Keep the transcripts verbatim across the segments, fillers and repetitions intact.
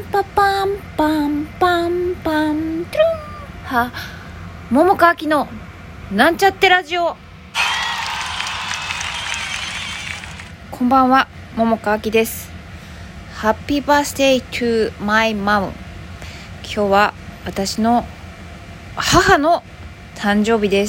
パパンパンパンパントゥルンは桃川きのなんちゃってラジオ。こんばんは、桃川きです。 Happy birthday to my mom。 今日は私の母の誕生日です。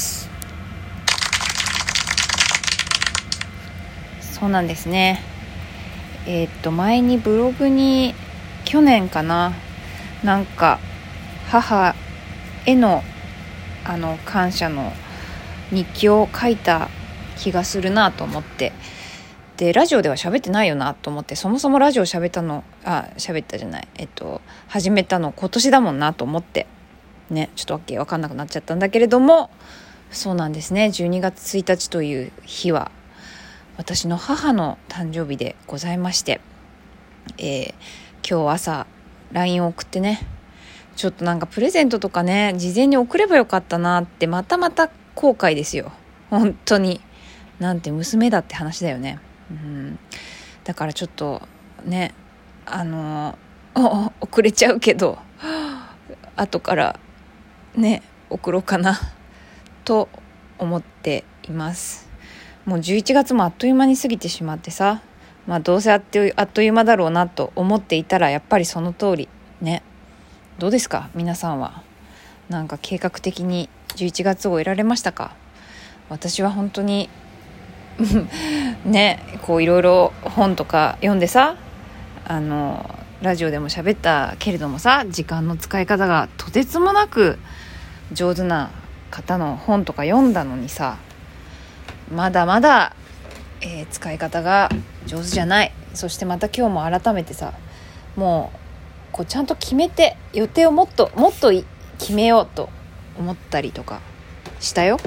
そうなんですね。えー、っと前にブログに去年かな、なんか母へのあの感謝の日記を書いた気がするなと思って、でラジオでは喋ってないよなと思って、そもそもラジオ喋ったのあ喋ったじゃないえっと始めたの今年だもんなと思ってね、ちょっとわけわかんなくなっちゃったんだけれども、そうなんですね。じゅうにがつついたちという日は私の母の誕生日でございまして、えー、今日朝 ライン を送ってね、ちょっとなんかプレゼントとかね事前に送ればよかったなってまたまた後悔ですよ。本当になんて娘だって話だよね。うん、だからちょっとねあのー、遅れちゃうけど後からね送ろうかなと思っています。もうじゅういちがつもあっという間に過ぎてしまってさ、まあどうせあっという、あっという間だろうなと思っていたらやっぱりその通りね。どうですか皆さんは。なんか計画的にじゅういちがつを終えられましたか？私は本当にね、こういろいろ本とか読んでさ、あのラジオでも喋ったけれどもさ、時間の使い方がとてつもなく上手な方の本とか読んだのにさ、まだまだ、えー、使い方が上手じゃない。そしてまた今日も改めてさ、もうこうちゃんと決めて予定をもっともっと決めようと思ったりとかしたよ、うん、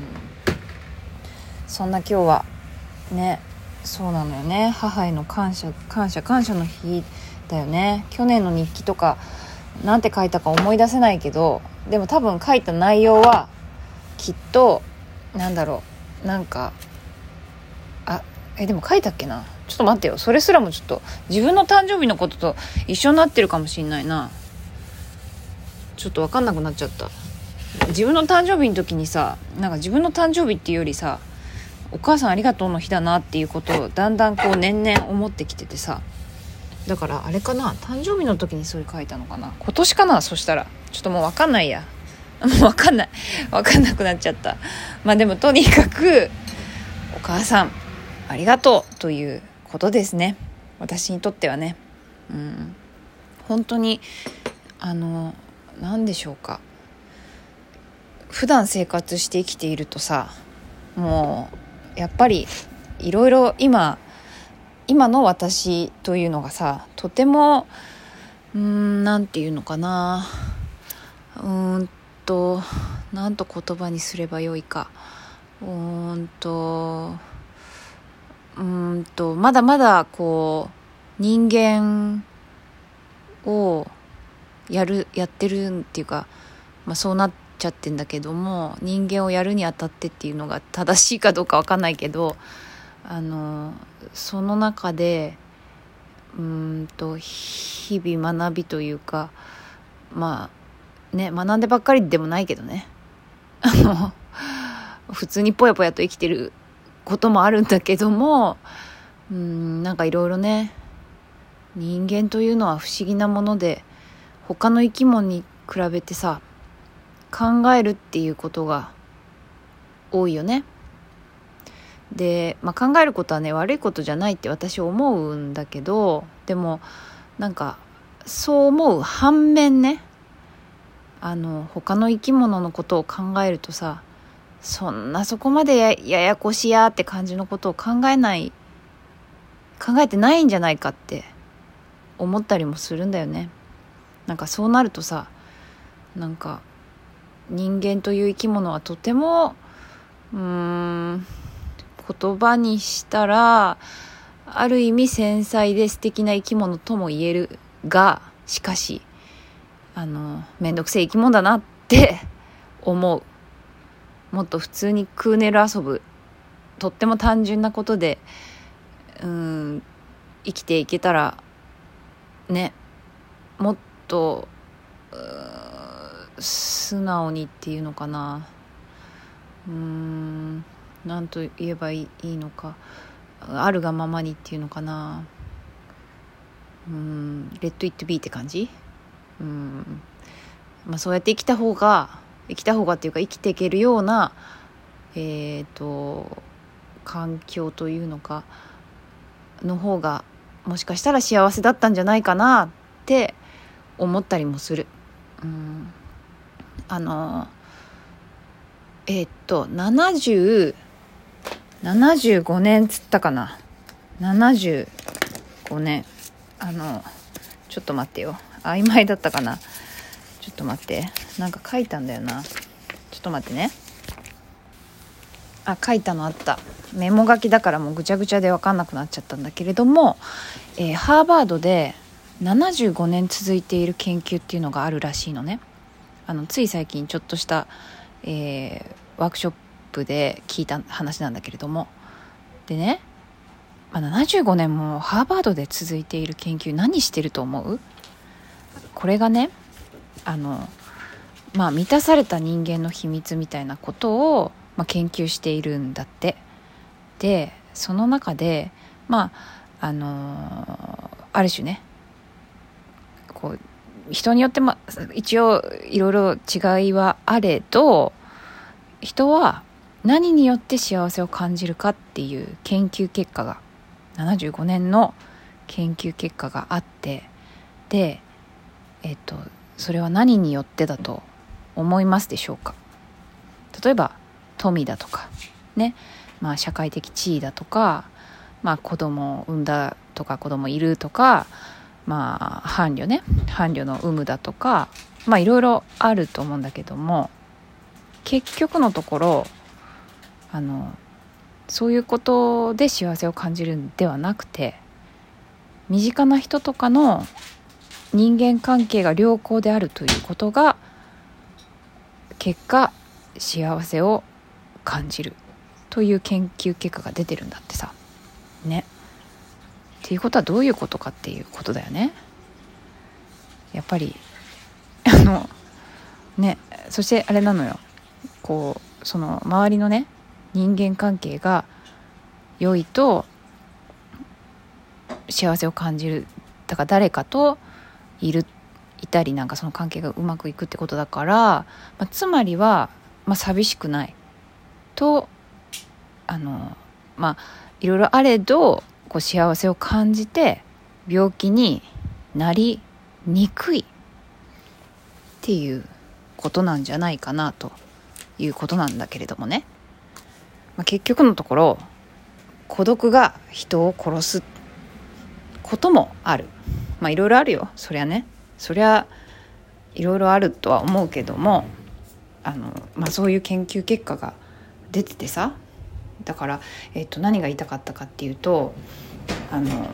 そんな今日はね、そうなのよね。母への感謝感謝感謝の日だよね。去年の日記とかなんて書いたか思い出せないけど、でも多分書いた内容はきっとなんだろう、なんかあえでも書いたっけな。ちょっと待ってよ、それすらもちょっと自分の誕生日のことと一緒になってるかもしんないな。ちょっと分かんなくなっちゃった。自分の誕生日の時にさ、なんか自分の誕生日っていうよりさ、お母さんありがとうの日だなっていうことをだんだんこう年々思ってきててさ、だからあれかな、誕生日の時にそれ書いたのかな、今年かな。そしたらちょっともう分かんないやもう分かんない分かんなくなっちゃった。まあでもとにかくお母さんありがとうということですね、私にとってはね。うん、本当にあの何でしょうか、普段生活して生きているとさ、もうやっぱりいろいろ今今の私というのがさ、とてもうーんなんていうのかな、うーんとなんと言葉にすればよいか、うーんとうーんとまだまだこう人間をやるやってるっていうか、まあ、そうなっちゃってんだけども、人間をやるにあたってっていうのが正しいかどうか分かんないけど、あのその中でうーんと日々学びというか、まあね学んでばっかりでもないけどね、あの普通にぽやぽやと生きてることもあるんだけども、うーんなんかいろいろね、人間というのは不思議なもので、他の生き物に比べてさ、考えるっていうことが多いよね。で、まあ、考えることはね悪いことじゃないって私思うんだけど、でもなんかそう思う反面ね、あの他の生き物のことを考えるとさ、そんなそこまで や, ややこしやって感じのことを考えない考えてないんじゃないかって思ったりもするんだよね。なんかそうなるとさ、なんか人間という生き物はとてもうーん言葉にしたらある意味繊細で素敵な生き物とも言えるが、しかしあのめんどくせえ生き物だなって思う。もっと普通にクーネル遊ぶ、とっても単純なことでうーん生きていけたらね、 もっと素直にっていうのかな、うーんなんと言えばいい、いいのか、あるがままにっていうのかな、うーんレッドイットビーって感じ。うーんまあそうやって生きた方が生きた方がっていうか生きていけるようなえっと環境というのかの方がもしかしたら幸せだったんじゃないかなって思ったりもする。うんあのえー、っとななじゅう、ななじゅうごねんつったかな、ななじゅうごねん、あのちょっと待ってよ、曖昧だったかな、ちょっと待って、なんか書いたんだよな、ちょっと待ってね、あ書いたのあった、メモ書きだからもうぐちゃぐちゃで分かんなくなっちゃったんだけれども、えー、ハーバードでななじゅうごねん続いている研究っていうのがあるらしいのね。あのつい最近ちょっとした、えー、ワークショップで聞いた話なんだけれども、でね、まあ、ななじゅうごねんもハーバードで続いている研究、何してると思う？これがね、あのまあ満たされた人間の秘密みたいなことを、まあ、研究しているんだって。でその中でまああのー、ある種ね、こう人によってま一応いろいろ違いはあれど、人は何によって幸せを感じるかっていう研究結果が、ななじゅうごねんの研究結果があって、でえっとそれは何によってだと思いますでしょうか？例えば富だとかね、まあ、社会的地位だとか、まあ、子供を産んだとか子供いるとか、まあ伴侶ね、伴侶の有無だとか、まあいろいろあると思うんだけども、結局のところあのそういうことで幸せを感じるんではなくて、身近な人とかの人間関係が良好であるということが結果幸せを感じるという研究結果が出てるんだってさね。っていうことはどういうことかっていうことだよね。やっぱりあのね、そしてあれなのよ、こうその周りのね人間関係が良いと幸せを感じる。だから誰かといるいたりなんかその関係がうまくいくってことだから、まあ、つまりは、まあ、寂しくないと、あのまあいろいろあれどこう幸せを感じて病気になりにくいっていうことなんじゃないかなということなんだけれどもね、まあ、結局のところ孤独が人を殺すこともある。まあいろいろあるよ、そりゃね、そりゃいろいろあるとは思うけども、あの、まあ、そういう研究結果が出ててさ、だから、えーと、何が言いたかったかっていうと、あの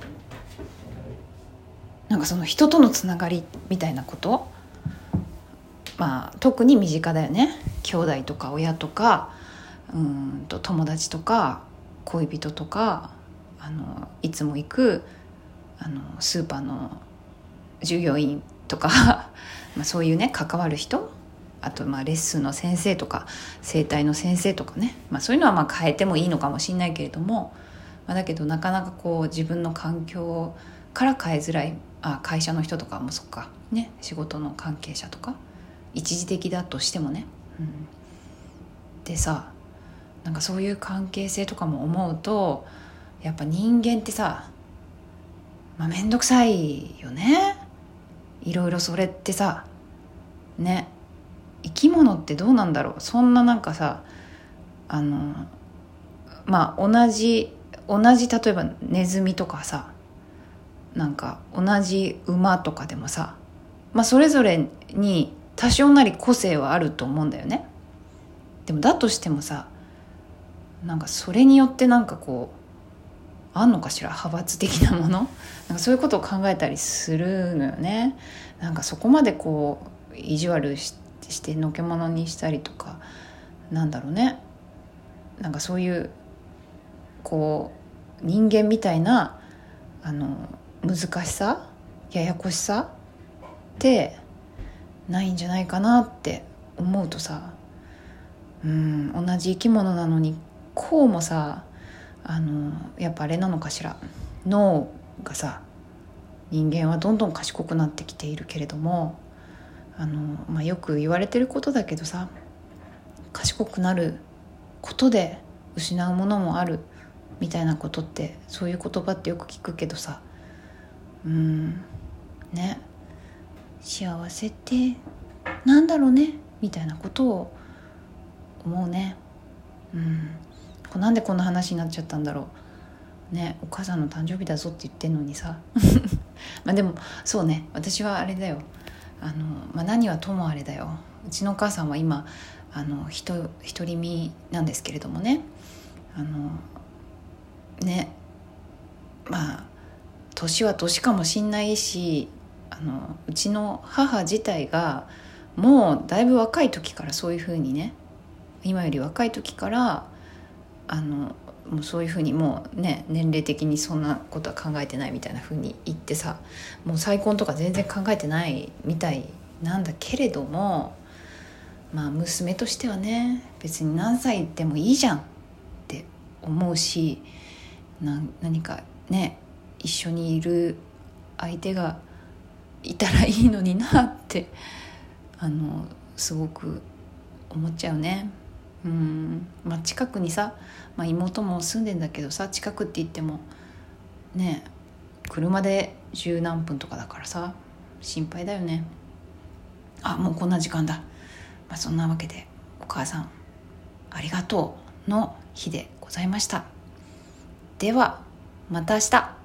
なんかその人とのつながりみたいなこと、まあ特に身近だよね。兄弟とか親とか、うんと友達とか恋人とか、あのいつも行くあのスーパーの従業員とかまあそういうね関わる人、あとまあレッスンの先生とか整体の先生とかね、まあ、そういうのはまあ変えてもいいのかもしれないけれども、まあ、だけどなかなかこう自分の環境から変えづらい、あ会社の人とかもそっかね、仕事の関係者とか一時的だとしてもね、うん、でさ、なんかそういう関係性とかも思うと、やっぱ人間ってさ、まあ、めんどくさいよね。いろいろそれってさね、生き物ってどうなんだろう。そんななんかさ、あのまあ同じ同じ例えばネズミとかさ、なんか同じ馬とかでもさ、まあそれぞれに多少なり個性はあると思うんだよね。でもだとしてもさ、なんかそれによってなんかこうあんのかしら、派閥的なもの、なんかそういうことを考えたりするのよね。なんかそこまでこう意地悪ししてのけ者にしたりとか、なんだろうね、なんかそういうこう人間みたいなあの難しさ、ややこしさてないんじゃないかなって思うとさ、うん同じ生き物なのにこうもさ、あのやっぱあれなのかしら、脳がさ、人間はどんどん賢くなってきているけれども、あの、まあ、よく言われてることだけどさ、賢くなることで失うものもあるみたいなことって、そういう言葉ってよく聞くけどさ、うんね、幸せってなんだろうねみたいなことを思うね。うんなんでこんな話になっちゃったんだろうね。お母さんの誕生日だぞって言ってんのにさまあでもそうね、私はあれだよ、あの、まあ、何はともあれだよ、うちのお母さんは今あのひと独り身なんですけれどもね、あのねまあ年は年かもしんないし、あのうちの母自体がもうだいぶ若い時からそういう風にね、今より若い時からあのもうそういう風にもうね、年齢的にそんなことは考えてないみたいな風に言ってさ、もう再婚とか全然考えてないみたいなんだけれども、まあ娘としてはね、別に何歳でもいいじゃんって思うし、な何かね一緒にいる相手がいたらいいのになってあのすごく思っちゃうね。うんまあ近くにさ、まあ、妹も住んでんだけどさ、近くって言ってもね車で十何分とかだからさ、心配だよね。あ、もうこんな時間だ。まあ、そんなわけでお母さんありがとうの日でございました。ではまた明日。